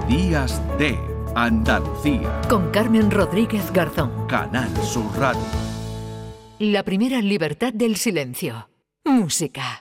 Días de Andalucía. Con Carmen Rodríguez Garzón. Canal Sur Radio. La primera libertad del silencio. Música.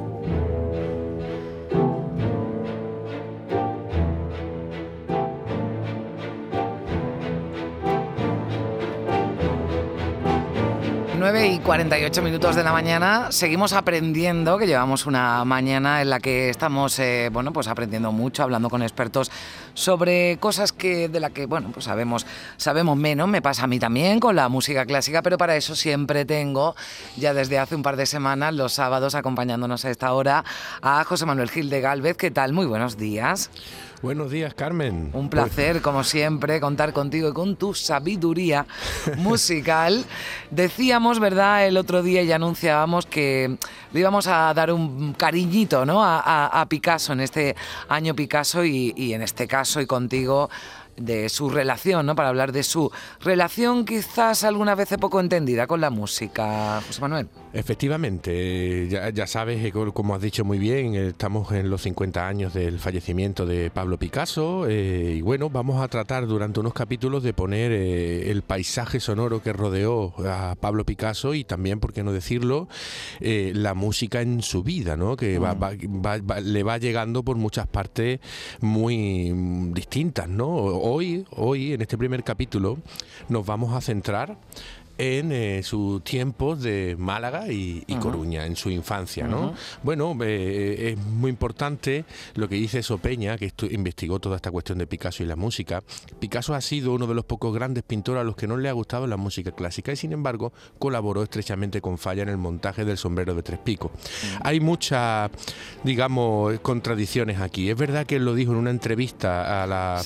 Y 48 minutos de la mañana, seguimos aprendiendo, que llevamos una mañana en la que estamos pues aprendiendo mucho, hablando con expertos sobre cosas de las que pues sabemos menos. Me pasa a mí también con la música clásica, pero para eso siempre tengo, ya desde hace un par de semanas, los sábados acompañándonos a esta hora, a José Manuel Gil de Gálvez. ¿Qué tal? Muy buenos días. Buenos días, Carmen. Un placer, como siempre, contar contigo y con tu sabiduría musical. Decíamos, ¿verdad?, el otro día y anunciábamos que le íbamos a dar un cariñito, ¿no?, a Picasso en este año Picasso y en este caso y contigo, de su relación, ¿no?, para hablar de su relación quizás alguna vez poco entendida con la música. José Manuel. Efectivamente, ya sabes, como has dicho muy bien, estamos en los 50 años del fallecimiento de Pablo Picasso y bueno, vamos a tratar durante unos capítulos de poner el paisaje sonoro que rodeó a Pablo Picasso y también, por qué no decirlo, la música en su vida, ¿no?, que le va llegando por muchas partes muy distintas, ¿no? Hoy, en este primer capítulo, nos vamos a centrar en sus tiempos de Málaga y Coruña, en su infancia, ¿no? Bueno, es muy importante lo que dice Sopeña, que investigó toda esta cuestión de Picasso y la música. Picasso ha sido uno de los pocos grandes pintores a los que no le ha gustado la música clásica y, sin embargo, colaboró estrechamente con Falla en el montaje del Sombrero de Tres Picos. Hay muchas, digamos, contradicciones aquí. Es verdad que él lo dijo en una entrevista a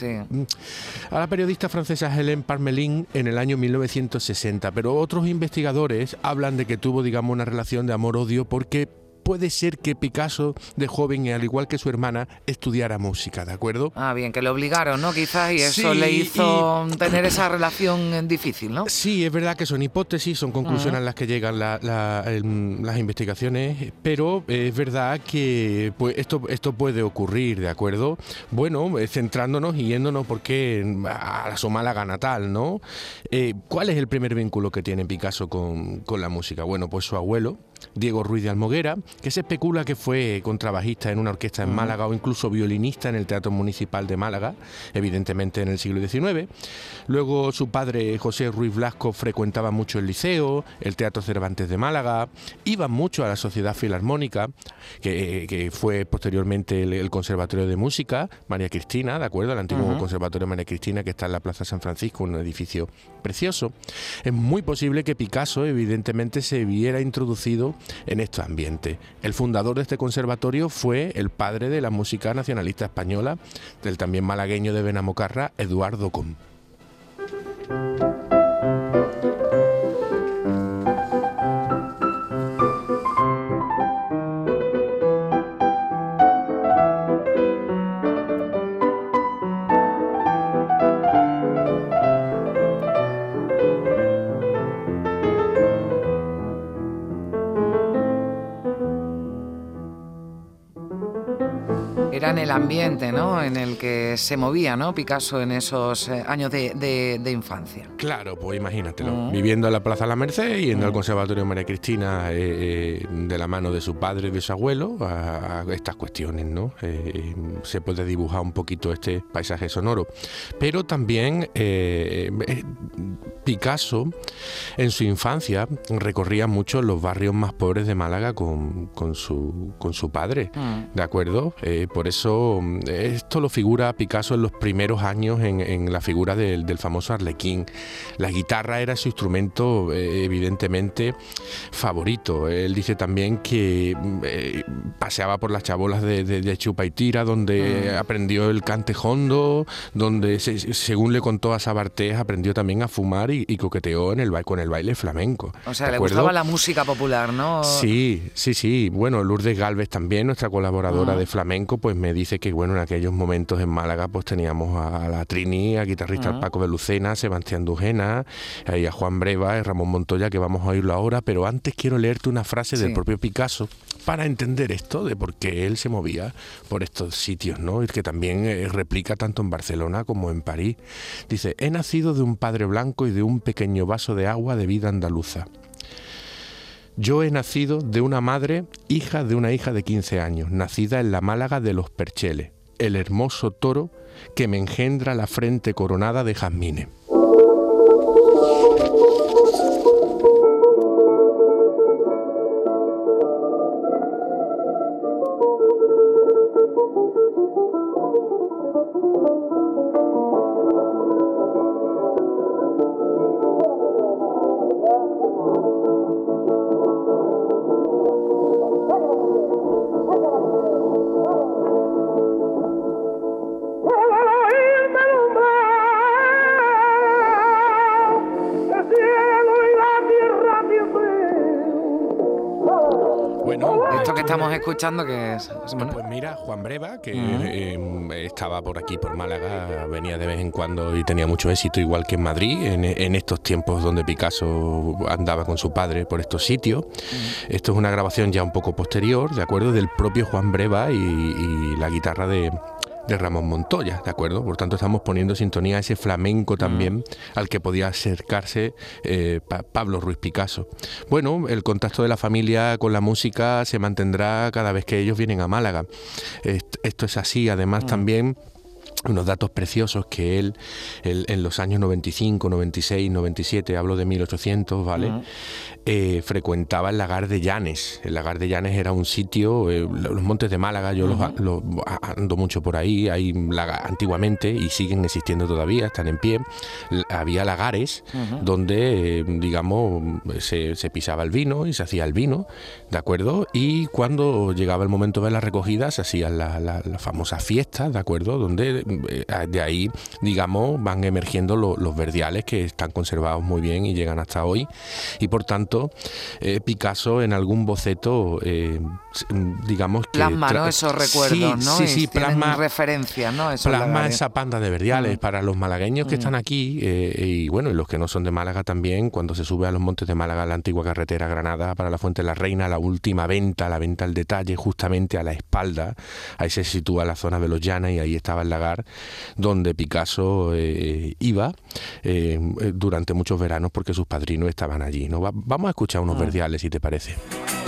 la periodista francesa Hélène Parmelin en el año 1960, pero otros investigadores hablan de que tuvo, digamos, una relación de amor-odio porque puede ser que Picasso, de joven, al igual que su hermana, estudiara música, ¿de acuerdo? Ah, bien, que lo obligaron, ¿no? Quizás, y eso le hizo tener esa relación difícil, ¿no? Sí, es verdad que son hipótesis, son conclusiones a las que llegan las investigaciones, pero es verdad que pues esto puede ocurrir, ¿de acuerdo? Bueno, centrándonos y yéndonos a su Málaga natal, ¿no? ¿Cuál es el primer vínculo que tiene Picasso con la música? Bueno, pues su abuelo, Diego Ruiz de Almoguera, que se especula que fue contrabajista en una orquesta en Málaga o incluso violinista en el Teatro Municipal de Málaga, evidentemente en el siglo XIX. Luego su padre, José Ruiz Blasco, frecuentaba mucho el Liceo, el Teatro Cervantes de Málaga, iba mucho a la Sociedad Filarmónica, que fue posteriormente el Conservatorio de Música, María Cristina, ¿de acuerdo? El antiguo Conservatorio María Cristina, que está en la Plaza San Francisco, un edificio precioso. Es muy posible que Picasso, evidentemente, se viera introducido en estos ambientes. El fundador de este conservatorio fue el padre de la música nacionalista española, del también malagueño de Benamocarra, Eduardo Com. Era en el ambiente, ¿no?, en el que se movía, ¿no?, Picasso en esos años de infancia. Claro, pues imagínatelo, viviendo en la Plaza La Merced, yendo al Conservatorio María Cristina de la mano de su padre y de su abuelo a estas cuestiones, ¿no? Se puede dibujar un poquito este paisaje sonoro. Pero también Picasso en su infancia recorría mucho los barrios más pobres de Málaga con su padre, ¿de acuerdo? Por eso esto lo figura Picasso en los primeros años en la figura del famoso Arlequín. La guitarra era su instrumento evidentemente favorito. Él dice también que paseaba por las chabolas de Chupa y Tira, donde aprendió el cante hondo, donde según le contó a Sabartés, aprendió también a fumar y coqueteó con el baile flamenco. O sea, le gustaba la música popular, ¿no? Sí. Bueno, Lourdes Gálvez también, nuestra colaboradora de flamenco, pues me dice que bueno, en aquellos momentos en Málaga pues teníamos a la Trini, a guitarrista al Paco de Lucena, a Sebastián Dujena, y a Juan Breva, y Ramón Montoya, que vamos a oírlo ahora, pero antes quiero leerte una frase del propio Picasso para entender esto de por qué él se movía por estos sitios, ¿no? Y que también replica tanto en Barcelona como en París. Dice: he nacido de un padre blanco y de un pequeño vaso de agua de vida andaluza. Yo he nacido de una madre, hija de una hija de 15 años, nacida en la Málaga de los Percheles, el hermoso toro que me engendra la frente coronada de jazmines. Esto que estamos escuchando, que es bueno. Pues mira, Juan Breva, que estaba por aquí, por Málaga, venía de vez en cuando y tenía mucho éxito, igual que en Madrid, en estos tiempos donde Picasso andaba con su padre por estos sitios. Esto es una grabación ya un poco posterior, ¿de acuerdo?, del propio Juan Breva y la guitarra de Ramón Montoya, ¿de acuerdo? Por tanto, estamos poniendo sintonía a ese flamenco también al que podía acercarse Pablo Ruiz Picasso. Bueno, el contacto de la familia con la música se mantendrá cada vez que ellos vienen a Málaga. Esto es así, además también unos datos preciosos que él en los años 95, 96, 97, hablo de 1800, ¿vale? Frecuentaba el Lagar de Llanes. El Lagar de Llanes era un sitio, los montes de Málaga, yo los ando mucho por ahí, hay antiguamente, y siguen existiendo todavía, están en pie, había lagares donde, digamos, se pisaba el vino y se hacía el vino, ¿de acuerdo? Y cuando llegaba el momento de la recogida se hacían las famosas fiestas, ¿de acuerdo? Donde de ahí, digamos, van emergiendo los verdiales que están conservados muy bien y llegan hasta hoy. Y por tanto, Picasso en algún boceto, digamos que plasma, ¿no?, esos recuerdos, ¿no? Sí, plasma referencias, ¿no? Plasma esa panda de verdiales para los malagueños que están aquí y bueno, y los que no son de Málaga también. Cuando se sube a los montes de Málaga, la antigua carretera Granada para la Fuente de la Reina, la última venta, la venta al detalle, justamente a la espalda, ahí se sitúa la zona de los Llanos y ahí estaba el lagar donde Picasso iba durante muchos veranos porque sus padrinos estaban allí, ¿no? Vamos a escuchar unos verdiales, si te parece.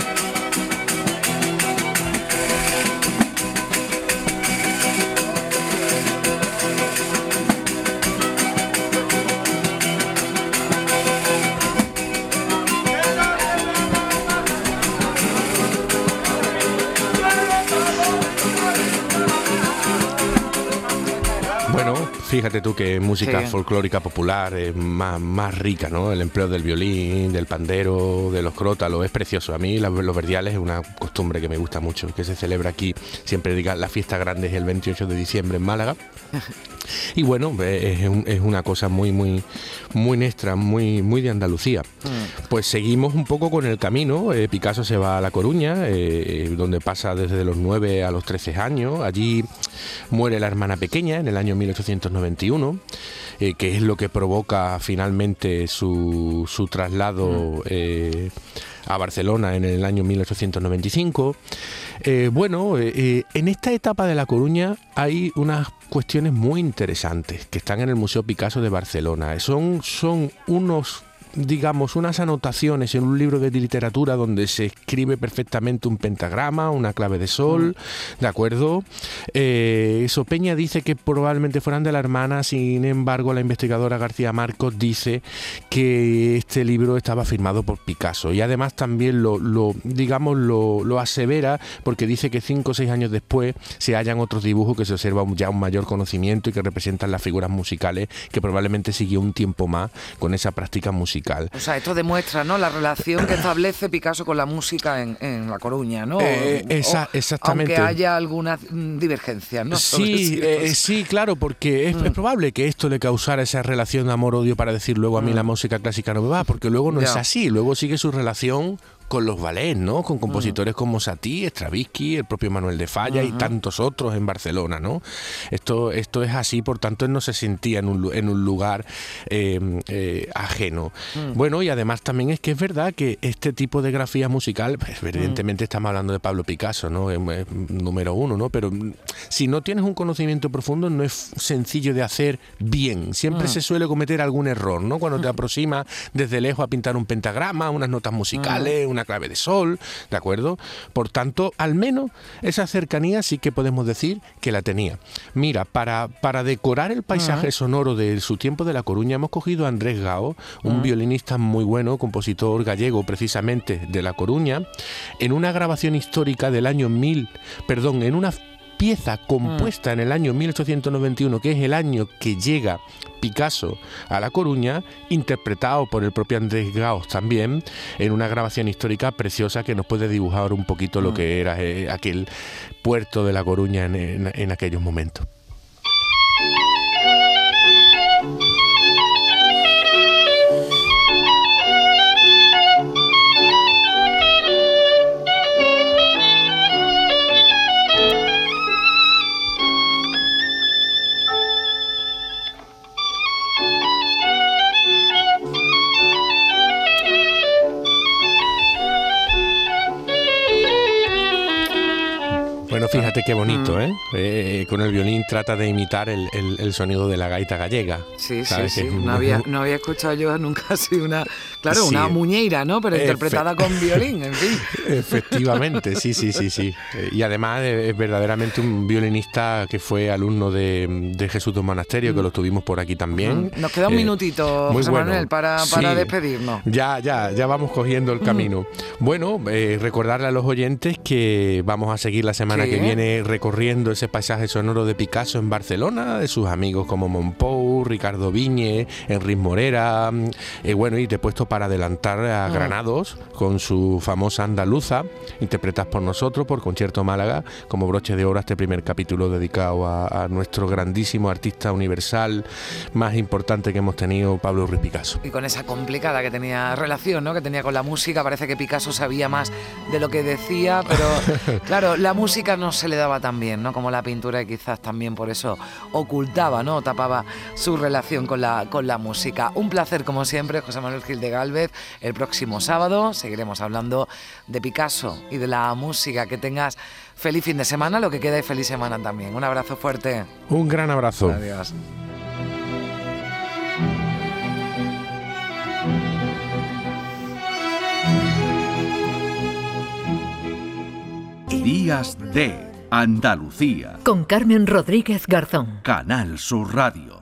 Fíjate tú que música folclórica popular es más rica, ¿no? El empleo del violín, del pandero, de los crótalos, es precioso. A mí los verdiales es una costumbre que me gusta mucho, que se celebra aquí, siempre diga, la fiesta grande es el 28 de diciembre en Málaga. Y bueno, es una cosa muy nuestra, muy de Andalucía. Pues seguimos un poco con el camino. Picasso se va a La Coruña, donde pasa desde los 9 a los 13 años. Allí muere la hermana pequeña en el año 1891, que es lo que provoca finalmente su traslado a Barcelona en el año 1895. En esta etapa de La Coruña hay unas cuestiones muy interesantes que están en el Museo Picasso de Barcelona. Son unas anotaciones en un libro de literatura donde se escribe perfectamente un pentagrama, una clave de sol, ¿de acuerdo? Sopeña dice que probablemente fueran de la hermana, sin embargo la investigadora García Marcos dice que este libro estaba firmado por Picasso y además también lo asevera porque dice que 5 o 6 años después se hallan otros dibujos que se observa ya un mayor conocimiento y que representan las figuras musicales que probablemente siguió un tiempo más con esa práctica musical. O sea, esto demuestra, ¿no?, la relación que establece Picasso con la música en La Coruña, ¿no? Exactamente. Aunque haya alguna divergencia, ¿no? Sí, claro, porque es probable que esto le causara esa relación de amor-odio para decir luego a mí la música clásica no me va, porque luego no es así, luego sigue su relación con los ballets, ¿no? Con compositores como Satie, Stravinsky, el propio Manuel de Falla y tantos otros en Barcelona, ¿no? Esto es así, por tanto él no se sentía en un lugar ajeno. Bueno, y además también es que es verdad que este tipo de grafía musical, pues, evidentemente estamos hablando de Pablo Picasso, ¿no? Es número uno, ¿no? Pero si no tienes un conocimiento profundo no es sencillo de hacer bien. Siempre se suele cometer algún error, ¿no? Cuando te aproximas desde lejos a pintar un pentagrama, unas notas musicales, una clave de sol, ¿de acuerdo? Por tanto, al menos esa cercanía sí que podemos decir que la tenía. Mira, para decorar el paisaje sonoro de su tiempo de La Coruña hemos cogido a Andrés Gao, un violinista muy bueno, compositor gallego precisamente de La Coruña, en una grabación histórica del año en una pieza compuesta en el año 1891, que es el año que llega Picasso a La Coruña, interpretado por el propio Andrés Gaos también, en una grabación histórica preciosa que nos puede dibujar un poquito lo que era aquel puerto de La Coruña en aquellos momentos. Bueno, fíjate qué bonito, ¿eh? Con el violín trata de imitar el sonido de la gaita gallega. Sí, sí, sí. No había escuchado yo nunca así una muñeira, ¿no? Pero interpretada con violín, en fin. Efectivamente, sí. Y además es verdaderamente un violinista que fue alumno de Jesús del Monasterio, que lo tuvimos por aquí también. Nos queda un minutito, José Manuel, para despedirnos. Ya vamos cogiendo el camino. Bueno, recordarle a los oyentes que vamos a seguir la semana que viene recorriendo ese paisaje sonoro de Picasso en Barcelona, de sus amigos como Montpou, Ricardo Viñe, Enric Morera, bueno, y te he puesto para adelantar a Granados con su famosa Andaluza, interpretadas por nosotros, por Concierto Málaga, como broche de oro este primer capítulo dedicado a nuestro grandísimo artista universal más importante que hemos tenido, Pablo Ruiz Picasso. Y con esa complicada que tenía relación, ¿no? Que tenía con la música, parece que Picasso sabía más de lo que decía, pero claro, la música no se le daba tan bien, ¿no? Como la pintura, y quizás también por eso ocultaba, ¿no? Tapaba su relación con la música. Un placer, como siempre, José Manuel Gil de Gálvez. El próximo sábado seguiremos hablando de Picasso y de la música. Que tengas feliz fin de semana, lo que queda, y feliz semana también. Un abrazo fuerte. Un gran abrazo. Adiós. Días de Andalucía. Con Carmen Rodríguez Garzón. Canal Sur Radio.